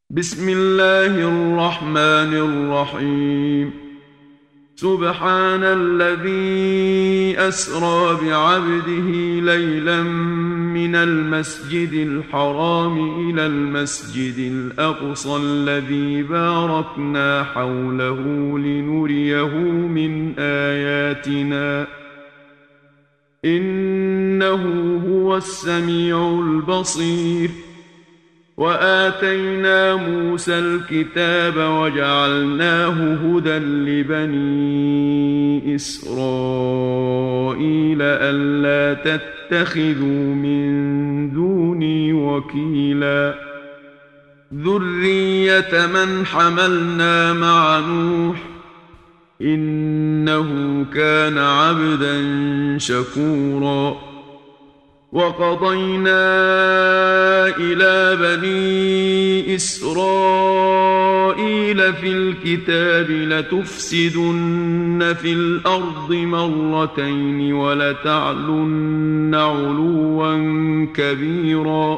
بسم الله الرحمن الرحيم. سبحان الذي أسرى بعبده ليلا من المسجد الحرام إلى المسجد الأقصى الذي باركنا حوله لنريه من آياتنا إنه هو السميع البصير. وآتينا موسى الكتاب وجعلناه هدى لبني إسرائيل ألا تتخذوا من دوني وكيلا ذرية من حملنا مع نوح إنه كان عبدا شكورا. وقضينا إلى بني إسرائيل في الكتاب لتفسدن في الأرض مرتين ولتعلن علوا كبيرا.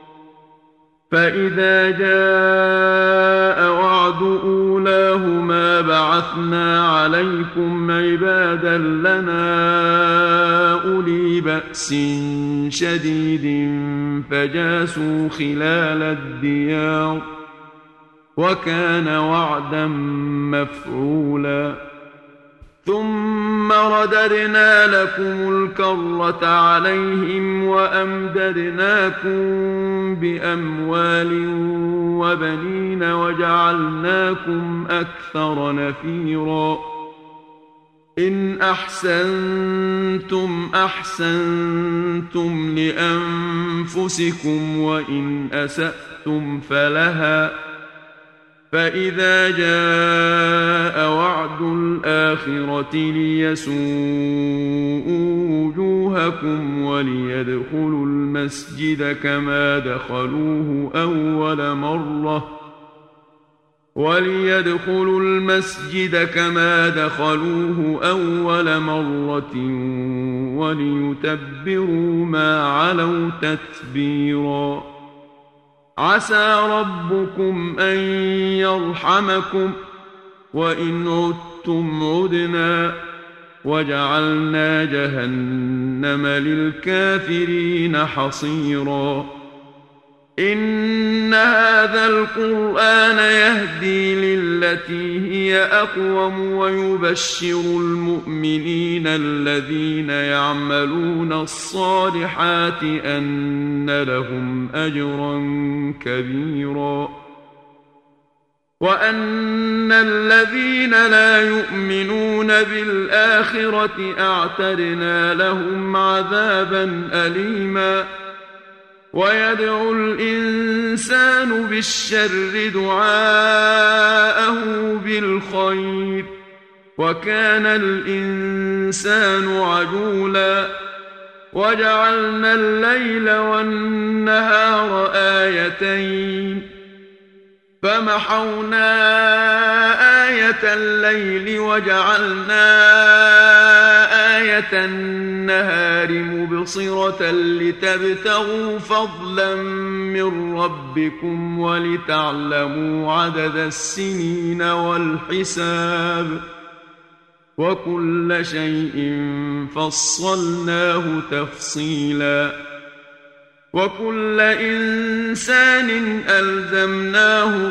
فإذا جاء وعد أولاهما بعثنا عليكم عبادا لنا أولي بأس شديد فجاسوا خلال الديار وكان وعدا مفعولا. ثم رددنا لكم الكرة عليهم وأمددناكم بأموال وبنين وجعلناكم أكثر نفيرا. إن أحسنتم أحسنتم لأنفسكم وإن أسأتم فلها. فإذا جاء وعد الآخرة ليسوءوا وجوهكم وليدخلوا المسجد كما دخلوه أول مرة وليتبروا ما علوا تتبيرا. عسى ربكم أن يرحمكم وإن عدتم عدنا وجعلنا جهنم للكافرين حصيرا. إن هذا القرآن يهدي للتي هي أقوم ويبشر المؤمنين الذين يعملون الصالحات أن لهم أجرا كبيرا وأن الذين لا يؤمنون بالآخرة أعتدنا لهم عذابا أليما. ويدعو الإنسان بالشر دعاءه بالخير وكان الإنسان عجولا. وجعلنا الليل والنهار آيتين فمحونا آية الليل وجعلنا آية النهار مبصرة لتبتغوا فضلا من ربكم ولتعلموا عدد السنين والحساب وكل شيء فصلناه تفصيلا. وكل إنسان ألزمناه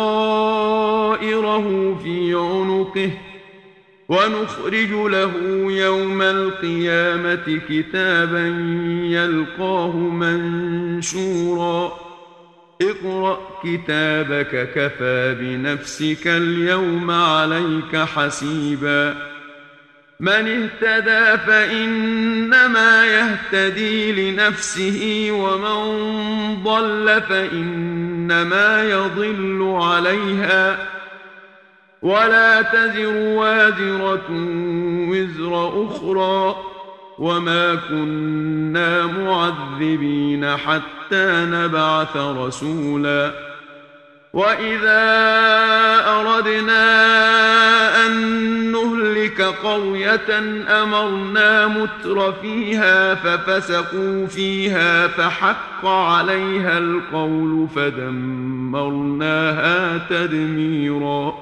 طائره في عنقه ونخرج له يوم القيامة كتابا يلقاه منشورا. اقرأ كتابك كفى بنفسك اليوم عليك حسيبا. من اهتدى فإنما يهتدي لنفسه ومن ضل فإنما يضل عليها ولا تزر وازرة وزر أخرى وما كنا معذبين حتى نبعث رسولا. وإذا أردنا أن نهلك قرية أمرنا متر فيها ففسقوا فيها فحق عليها القول فدمرناها تدميرا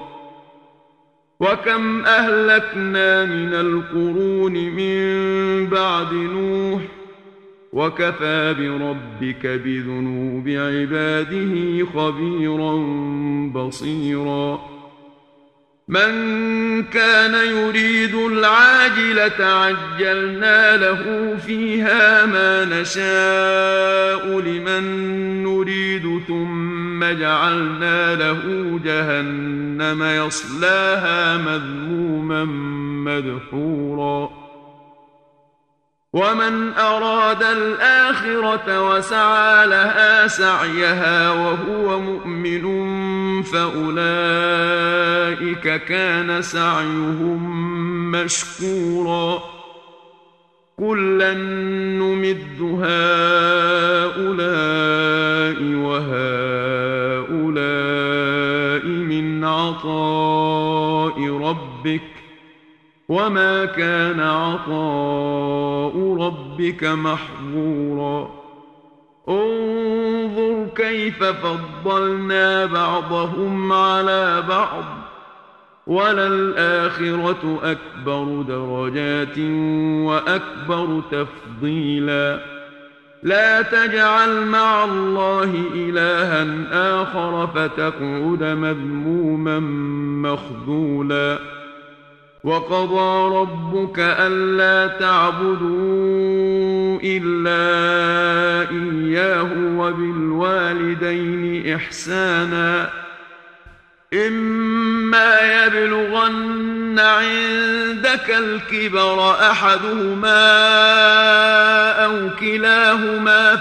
وكم أهلكنا من القرون من بعد نوح وكفى بربك بذنوب عباده خبيرا بصيرا من كان يريد العاجلة عجلنا له فيها ما نشاء لمن نريد ثم جعلنا له جهنم يصلاها مذموما مدحورا ومن أراد الآخرة وسعى لها سعيها وهو مؤمن فأولئك كان سعيهم مشكورا كلا نمد هؤلاء وهؤلاء من عطاء ربك وما كان عطاء ربك محظورا انظر كيف فضلنا بعضهم على بعض وللآخرة أكبر درجات وأكبر تفضيلا لا تجعل مع الله إلها آخر فتقعد مذموما مخذولا وقضى ربك ألا تعبدوا إلا إياه وبالوالدين إحسانا إما يبلغن عندك الكبر أحدهما أو كلاهما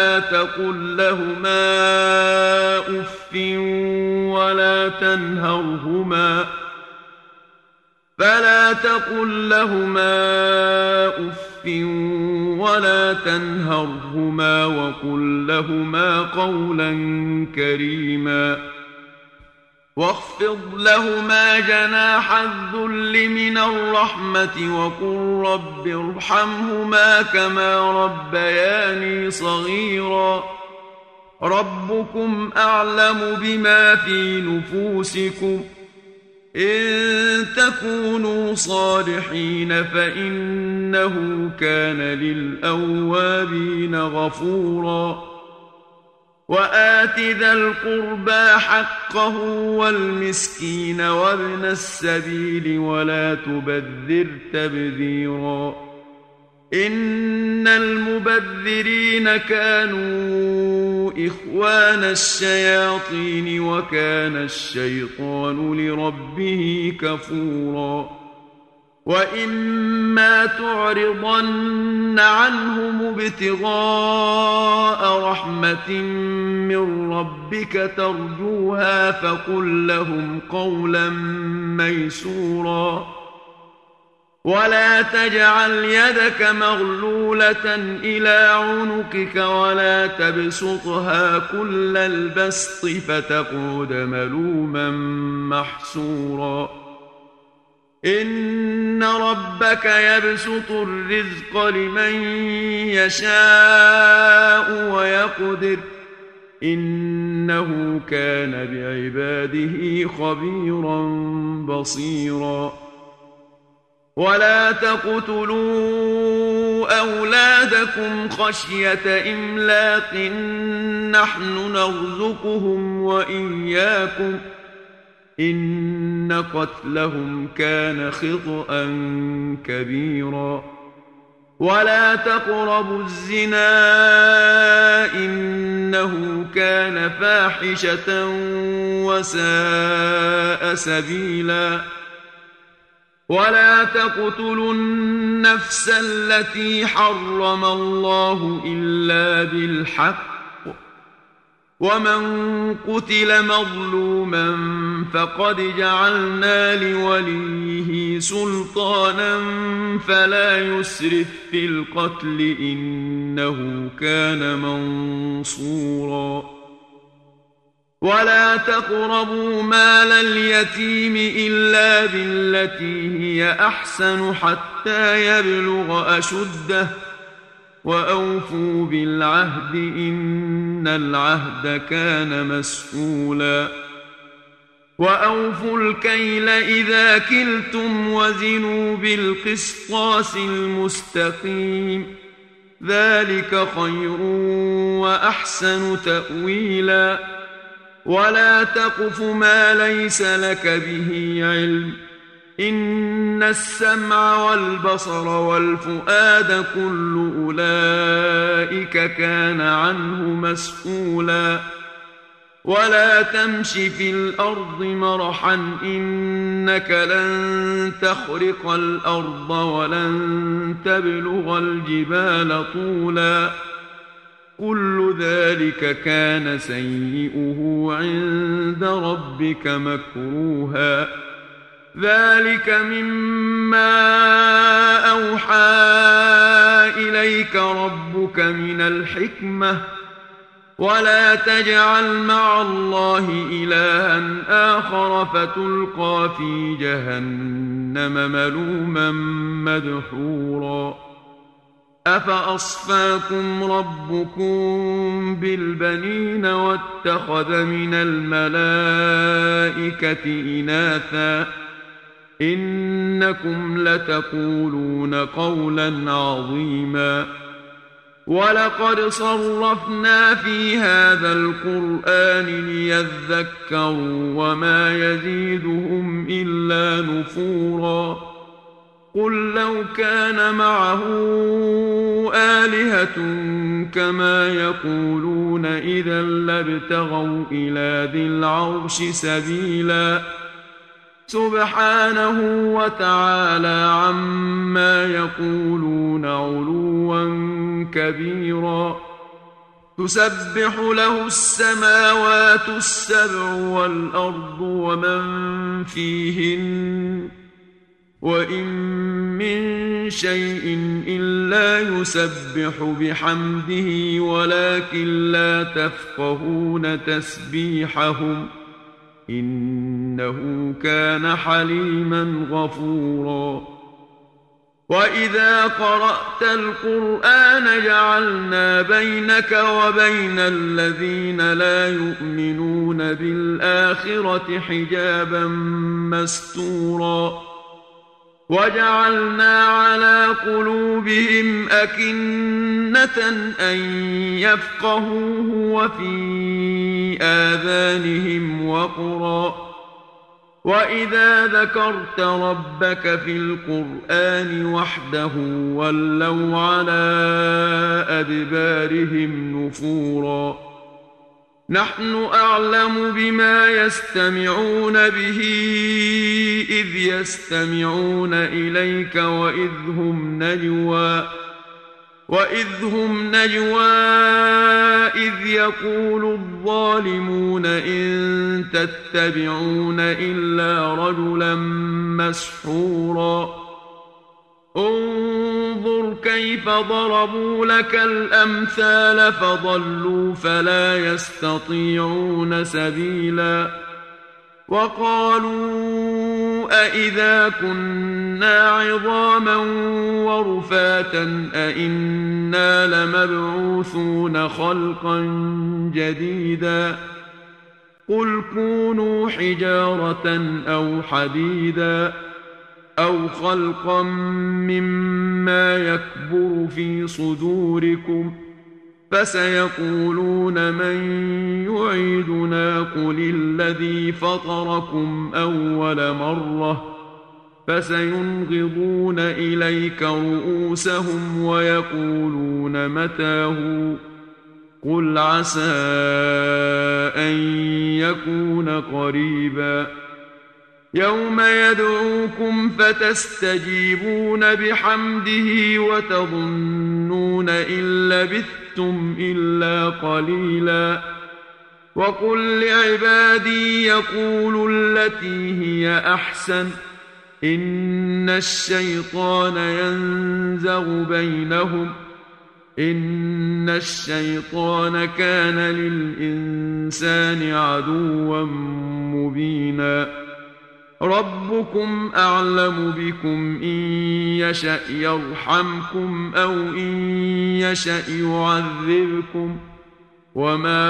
فلا تقل لهما أف ولا تنهرهما وقل لهما قولا كريما واخفض لهما جناح الذل من الرحمة وقل رب ارحمهما كما ربياني صغيرا ربكم أعلم بما في نفوسكم إن تكونوا صالحين فإنه كان للأوابين غفورا وآت ذا القربى حقه والمسكين وابن السبيل ولا تبذر تبذيرا إن المبذرين كانوا إخوان الشياطين وكان الشيطان لربه كفورا وإما تعرضن عنهم ابتغاء رحمة من ربك ترجوها فقل لهم قولا ميسورا ولا تجعل يدك مغلولة إلى عنقك ولا تبسطها كل البسط فتقعد ملوما محسورا إن ربك يبسط الرزق لمن يشاء ويقدر إنه كان بعباده خبيرا بصيرا ولا تقتلوا أولادكم خشية إملاق نحن نرزقهم وإياكم إن قتلهم كان خطأ كبيرا ولا تقربوا الزنا إنه كان فاحشة وساء سبيلا ولا تقتلوا النفس التي حرم الله إلا بالحق ومن قتل مظلوما فقد جعلنا لوليه سلطانا فلا يسرف في القتل إنه كان منصورا ولا تقربوا مال اليتيم إلا بالتي هي أحسن حتى يبلغ أشده وأوفوا بالعهد إن العهد كان مسؤولا وأوفوا الكيل إذا كلتم وزنوا بالقسطاس المستقيم ذلك خير وأحسن تأويلا ولا تقف ما ليس لك به علم إن السمع والبصر والفؤاد كل أولئك كان عنه مسؤولا ولا تمش في الأرض مرحا إنك لن تخرق الأرض ولن تبلغ الجبال طولا كل ذلك كان سيئه عند ربك مكروها ذلك مما أوحى إليك ربك من الحكمة ولا تجعل مع الله إلها آخر فتلقى في جهنم ملوما مدحورا أفأصفاكم ربكم بالبنين واتخذ من الملائكة إناثا إنكم لتقولون قولا عظيما ولقد صرفنا في هذا القرآن ليذكروا وما يزيدهم إلا نفورا قل لو كان معه آلهة كما يقولون إذا لابتغوا إلى ذي العرش سبيلا سبحانه وتعالى عما يقولون علوا كبيرا تسبح له السماوات السبع والأرض ومن فيهن وإن من شيء إلا يسبح بحمده ولكن لا تفقهون تسبيحهم إنه كان حليما غفورا وإذا قرأت القرآن جعلنا بينك وبين الذين لا يؤمنون بالآخرة حجابا مستورا وجعلنا على قلوبهم أكنة أن يفقهوه وفي آذانهم وقرا وإذا ذكرت ربك في القرآن وحده ولوا على أدبارهم نفورا نحن أعلم بما يستمعون به إذ يستمعون إليك وإذ هم نجوى إذ يقول الظالمون إن تتبعون إلا رجلا مسحورا انظر كيف ضربوا لك الأمثال فضلوا فلا يستطيعون سبيلا وقالوا أإذا كنا عظاما ورفاتا أإنا لمبعوثون خلقا جديدا قل كونوا حجارة أو حديدا أو خلقا مما يكبر في صدوركم فسيقولون من يعيدنا قل الذي فطركم أول مرة فسينغضون إليك رؤوسهم ويقولون متاه قل عسى أن يكون قريبا يوم يدعوكم فتستجيبون بحمده وتظنون إن لبثتم إلا قليلا وقل لعبادي يقولوا التي هي أحسن إن الشيطان ينزغ بينهم إن الشيطان كان للإنسان عدوا مبينا ربكم أعلم بكم إن يشأ يرحمكم أو إن يشأ يعذبكم وما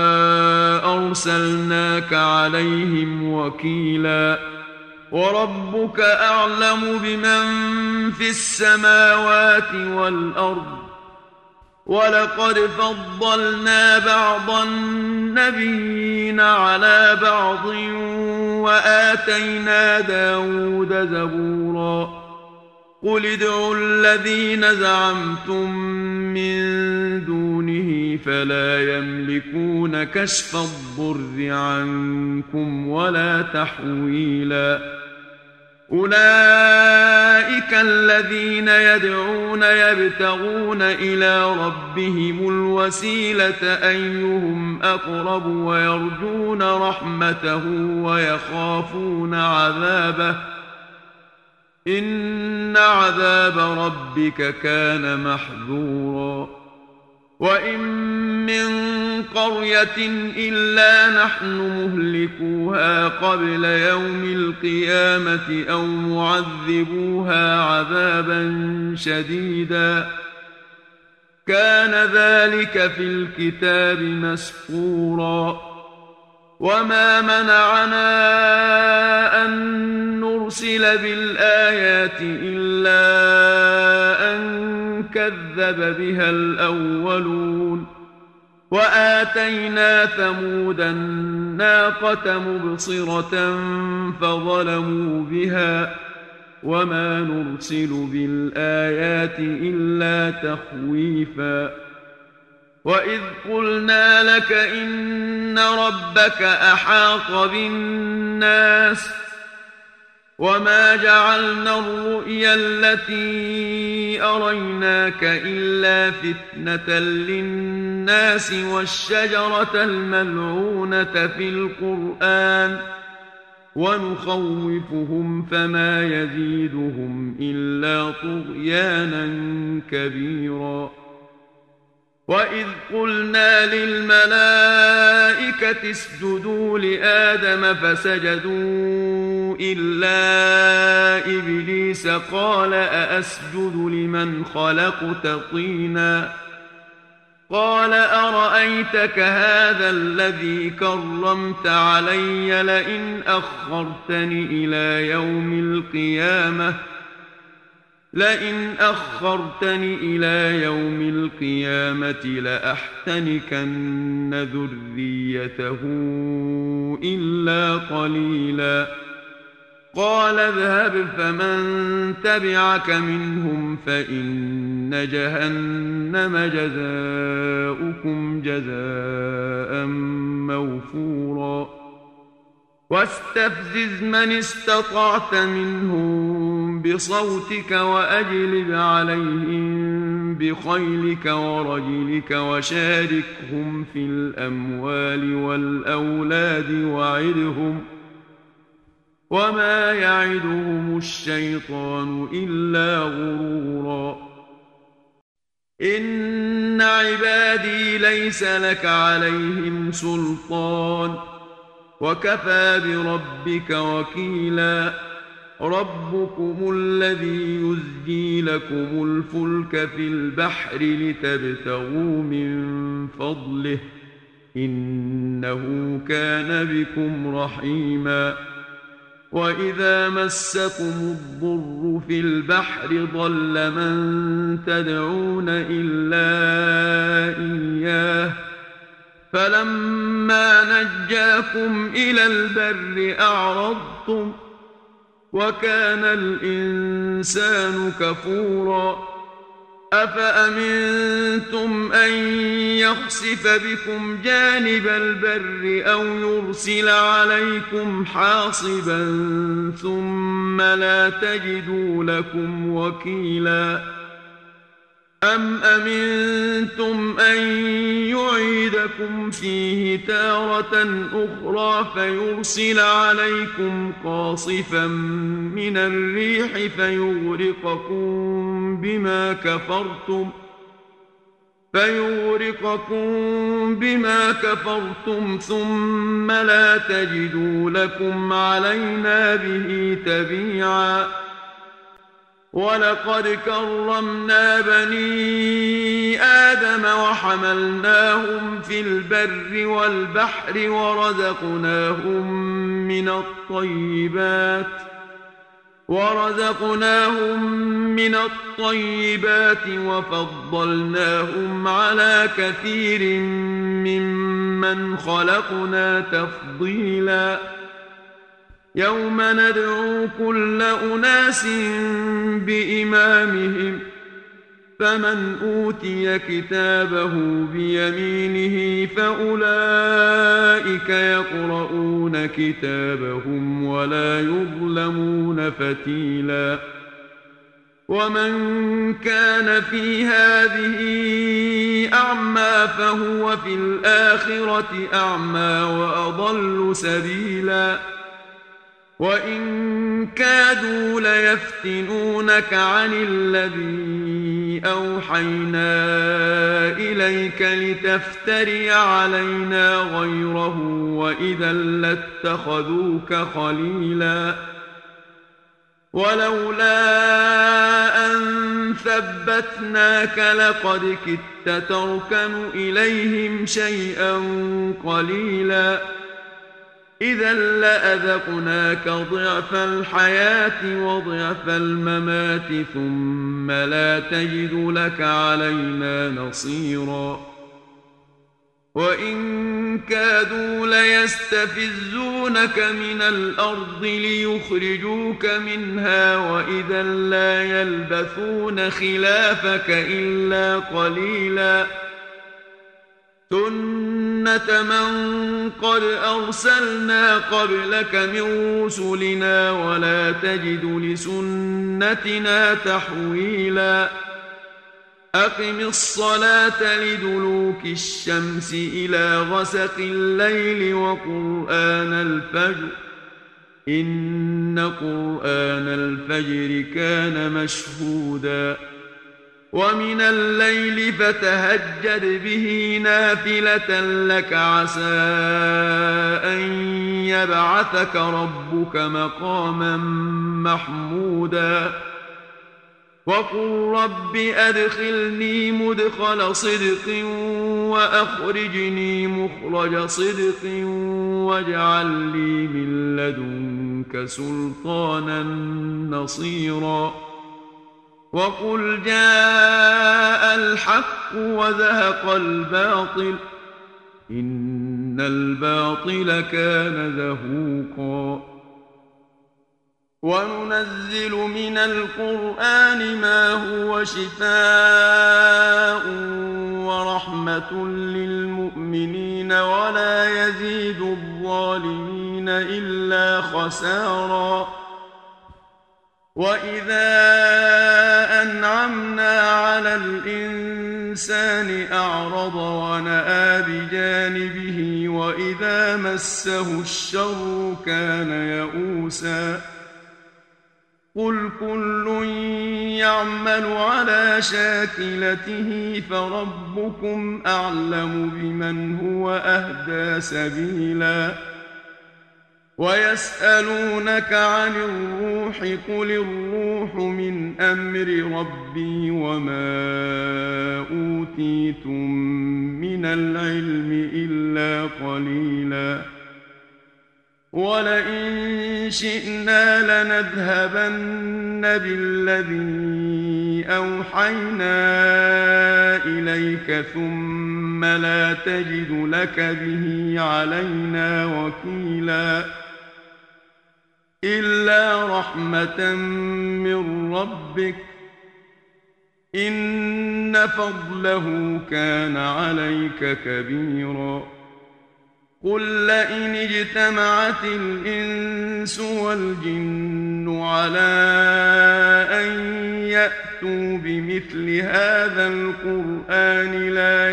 أرسلناك عليهم وكيلا وربك أعلم بمن في السماوات والأرض ولقد فضلنا بعض النبيين على بعض وآتينا داود زبورا قل ادعوا الذين زعمتم من دونه فلا يملكون كشف الضر عنكم ولا تحويلا أولئك الذين يدعون يبتغون إلى ربهم الوسيلة أيهم أقرب ويرجون رحمته ويخافون عذابه إن عذاب ربك كان محذورا وإن من قرية إلا نحن مهلكوها قبل يوم القيامة أو معذبوها عذابا شديدا كان ذلك في الكتاب مسطورا وما منعنا أن نرسل بالآيات إلا أن كذب بها الأولون وآتينا ثمود الناقة مبصرة فظلموا بها وما نرسل بالآيات إلا تخويفا وإذ قلنا لك إن ربك أحاط بالناس وما جعلنا الرؤيا التي أريناك إلا فتنة للناس والشجرة الملعونة في القرآن ونخوفهم فما يزيدهم إلا طغيانا كبيرا وإذ قلنا للملائكة اسجدوا لآدم فسجدوا إلا إبليس قال أأسجد لمن خلقت طينا قال أرأيتك هذا الذي كرمت علي لئن أخرتني إلى يوم القيامة لأحتنكن ذريته إلا قليلا قال اذهب فمن تبعك منهم فإن جهنم جزاؤكم جزاء موفورا واستفزز من استطعت منهم بصوتك وأجلب عليهم بخيلك ورجلك وشاركهم في الأموال والأولاد وعدهم وما يعدهم الشيطان إلا غرورا إن عبادي ليس لك عليهم سلطان وكفى بربك وكيلا ربكم الذي يزجي لكم الفلك في البحر لتبتغوا من فضله إنه كان بكم رحيما وإذا مسكم الضر في البحر ضل من تدعون إلا إياه فلما نجاكم إلى البر أعرضتم وكان الإنسان كفورا أفأمنتم أن يخسف بكم جانب البر أو يرسل عليكم حاصبا ثم لا تجدوا لكم وكيلا أم أمنتم أن يعيدكم فيه تارة أخرى فيرسل عليكم قاصفا من الريح فيغرقكم بما كفرتم فيغرقكم بما كفرتم ثم لا تجدوا لكم علينا به تبيعا. ولقد كرمنا بني آدم وحملناهم في البر والبحر ورزقناهم من الطيبات وفضلناهم على كثير ممن خلقنا تفضيلا. يوم ندعو كل أناس بإمامهم فمن أوتي كتابه بيمينه فأولئك يقرؤون كتابهم ولا يظلمون فتيلا. ومن كان في هذه أعمى فهو في الآخرة أعمى وأضل سبيلا. وإن كادوا ليفتنونك عن الذي أوحينا إليك لتفتري علينا غيره وإذا لاتخذوك خليلا. ولولا أن ثبتناك لقد كدت تركن إليهم شيئا قليلا. إذا لأذقناك ضعف الحياة وضعف الممات ثم لا تجد لك علينا نصيرا. وإن كادوا ليستفزونك من الأرض ليخرجوك منها وإذا لا يلبثون خلافك إلا قليلا. سنة من قد أرسلنا قبلك من رسلنا ولا تجد لسنتنا تحويلا. أقم الصلاة لدلوك الشمس إلى غسق الليل وقرآن الفجر إن قرآن الفجر كان مشهودا. ومن الليل فتهجد به نافلة لك عسى أن يبعثك ربك مقاما محمودا. وقل رب أدخلني مدخل صدق وأخرجني مخرج صدق واجعل لي من لدنك سلطانا نصيرا. وقل جاء الحق وزهق الباطل إن الباطل كان زهوقا. وننزل من القرآن ما هو شفاء ورحمة للمؤمنين ولا يزيد الظالمين إلا خسارا. وإذا أنعمنا على الإنسان أعرض ونأى بجانبه وإذا مسه الشر كان يئوسا. قل كل يعمل على شاكلته فربكم أعلم بمن هو أهدى سبيلا. ويسألونك عن الروح قل الروح من أمر ربي وما أوتيتم من العلم إلا قليلا. ولئن شئنا لنذهبن بالذي أوحينا إليك ثم لا تجد لك به علينا وكيلا. إلا رحمة من ربك إن فضله كان عليك كبيرا. قل لئن اجتمعت الإنس والجن على أن يأتوا بمثل هذا القرآن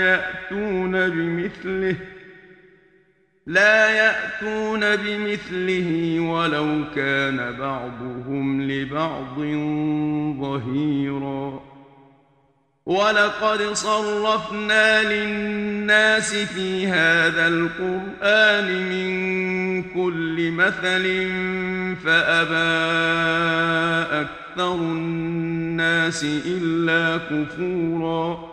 لا يأتون بمثله ولو كان بعضهم لبعض ظهيرا. ولقد صرفنا للناس في هذا القرآن من كل مثل فأبى أكثر الناس إلا كفورا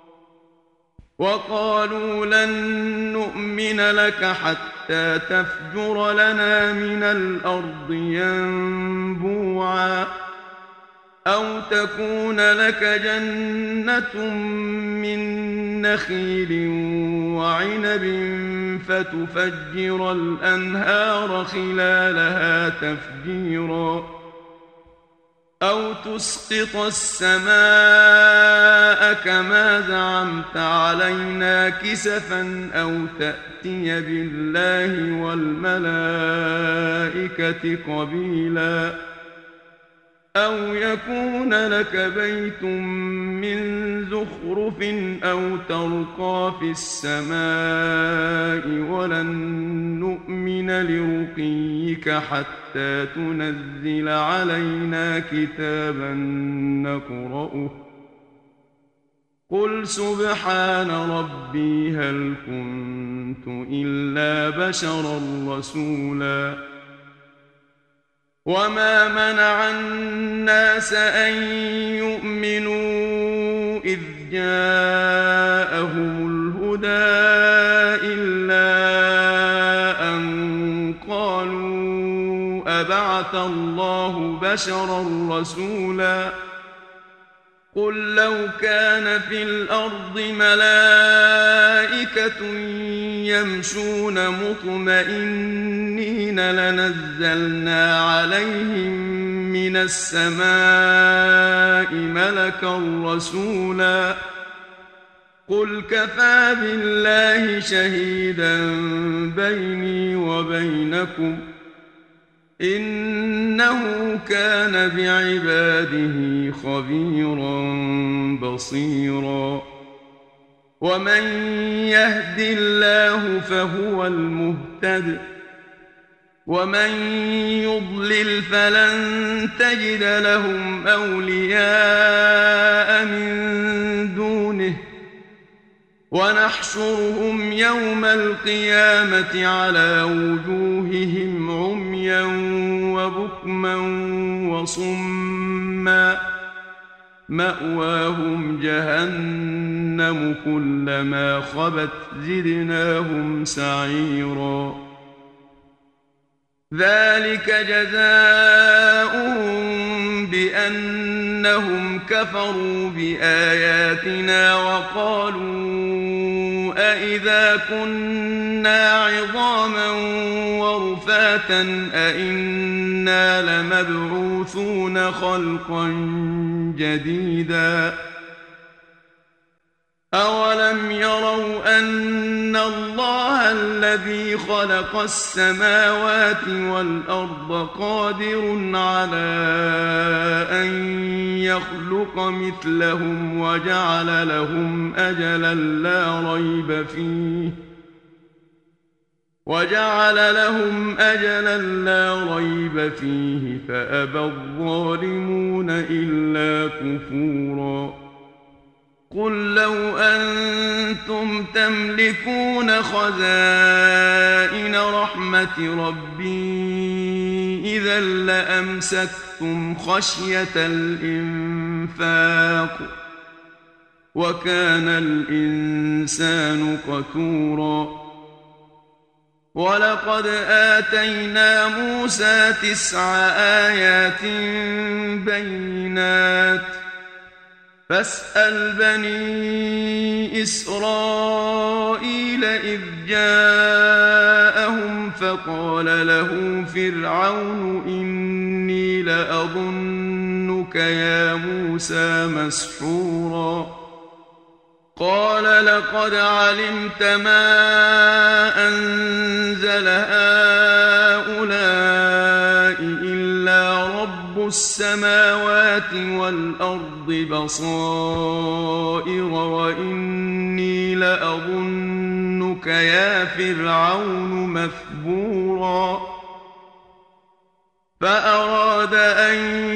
وقالوا لن نؤمن لك حتى تفجر لنا من الأرض ينبوعا أو تكون لك جنة من نخيل وعنب فتفجر الأنهار خلالها تفجيرا أو تسقط السماء كما زعمت علينا كسفا أو تأتي بالله والملائكة قبيلا أو يكون لك بيت من زخرف أو ترقى في السماء ولن نؤمن لرقيك حتى تنزل علينا كتابا نقرأه قل سبحان ربي هل كنت إلا بشرا رسولا وما منع الناس أن يؤمنوا إذ جاءهم الهدى إلا أن قالوا أبعث الله بشرا رسولا قل لو كان في الأرض ملائكة يمشون مطمئنين لنزلنا عليهم من السماء ملكا رسولا قل كفى بالله شهيدا بيني وبينكم إنه كان بعباده خبيرا بصيرا ومن يهد الله فهو المهتد ومن يضلل فلن تجد لهم أولياء من دونه ونحشرهم يوم القيامة على وجوههم عميا وبكما وصما مأواهم جهنم كلما خبت زدناهم سعيرا ذلك جزاؤهم بأنهم كفروا بآياتنا وقالوا أإذا كنا عظاما ورفاتا أإنا لمبعوثون خلقا جديدا أولم يروا أن الله الذي خلق السماوات والأرض قادر على أن يخلق مثلهم وجعل لهم أجلا لا ريب فيه فأبى الظالمون إلا كفورا قل لو أنتم تملكون خزائن رحمة ربي إذا لأمسكتم خشية الإنفاق وكان الإنسان قتورا ولقد آتينا موسى 9 آيات بينات فاسأل بني إسرائيل إذ جاءهم فقال له فرعون إني لأظنك يا موسى مسحورا قال لقد علمت ما أنزل هؤلاء إلا رب السماوات والأرض بصائر وإني لأظنك يا فرعون مثبورا فأراد أن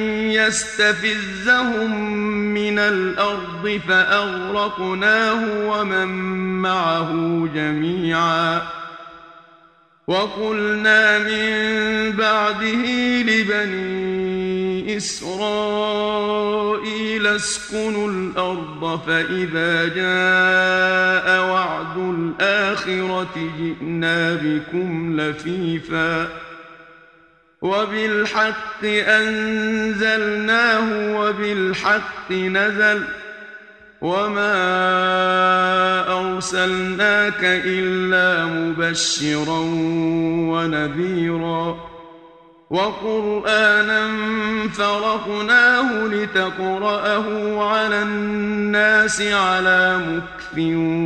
يستفزهم من الأرض فأغرقناه ومن معه جميعا وقلنا من بعده لبني إسرائيل اسكنوا الأرض فإذا جاء وعد الآخرة جئنا بكم لفيفا وبالحق أنزلناه وبالحق نزل وما أرسلناك إلا مبشرا ونذيرا وقرآنا فرقناه لتقرأه على الناس على مكث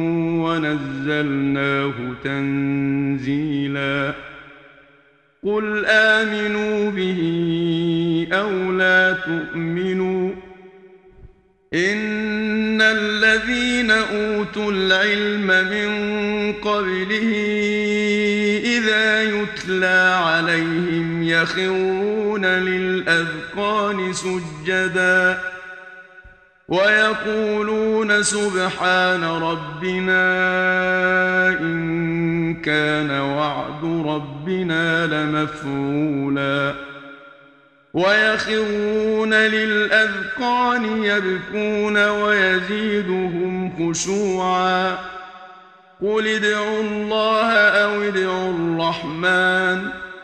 ونزلناه تنزيلا قل آمنوا به أو لا تؤمنوا إن الذين أوتوا العلم من قبله إذا يتلى عليهم يخرون للأذقان سجدا ويقولون سبحان ربنا إن كان وعد ربنا لمفعولا ويخرون للأذقان يبكون ويزيدهم خشوعا قل ادعوا الله أو ادعوا الرحمن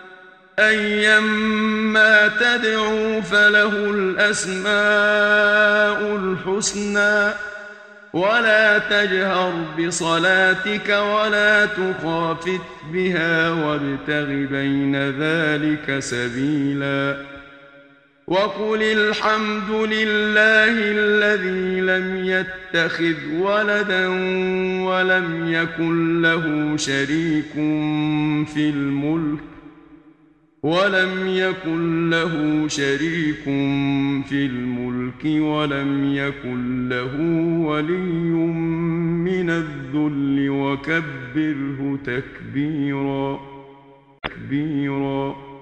أيما تدعوا فله الأسماء الحسنى ولا تجهر بصلاتك ولا تخافت بها وابتغ بين ذلك سبيلا وقل الحمد لله الذي لم يتخذ ولدا ولم يكن له شريك في الملك ولم يكن له ولي من الذل وكبره تكبيرا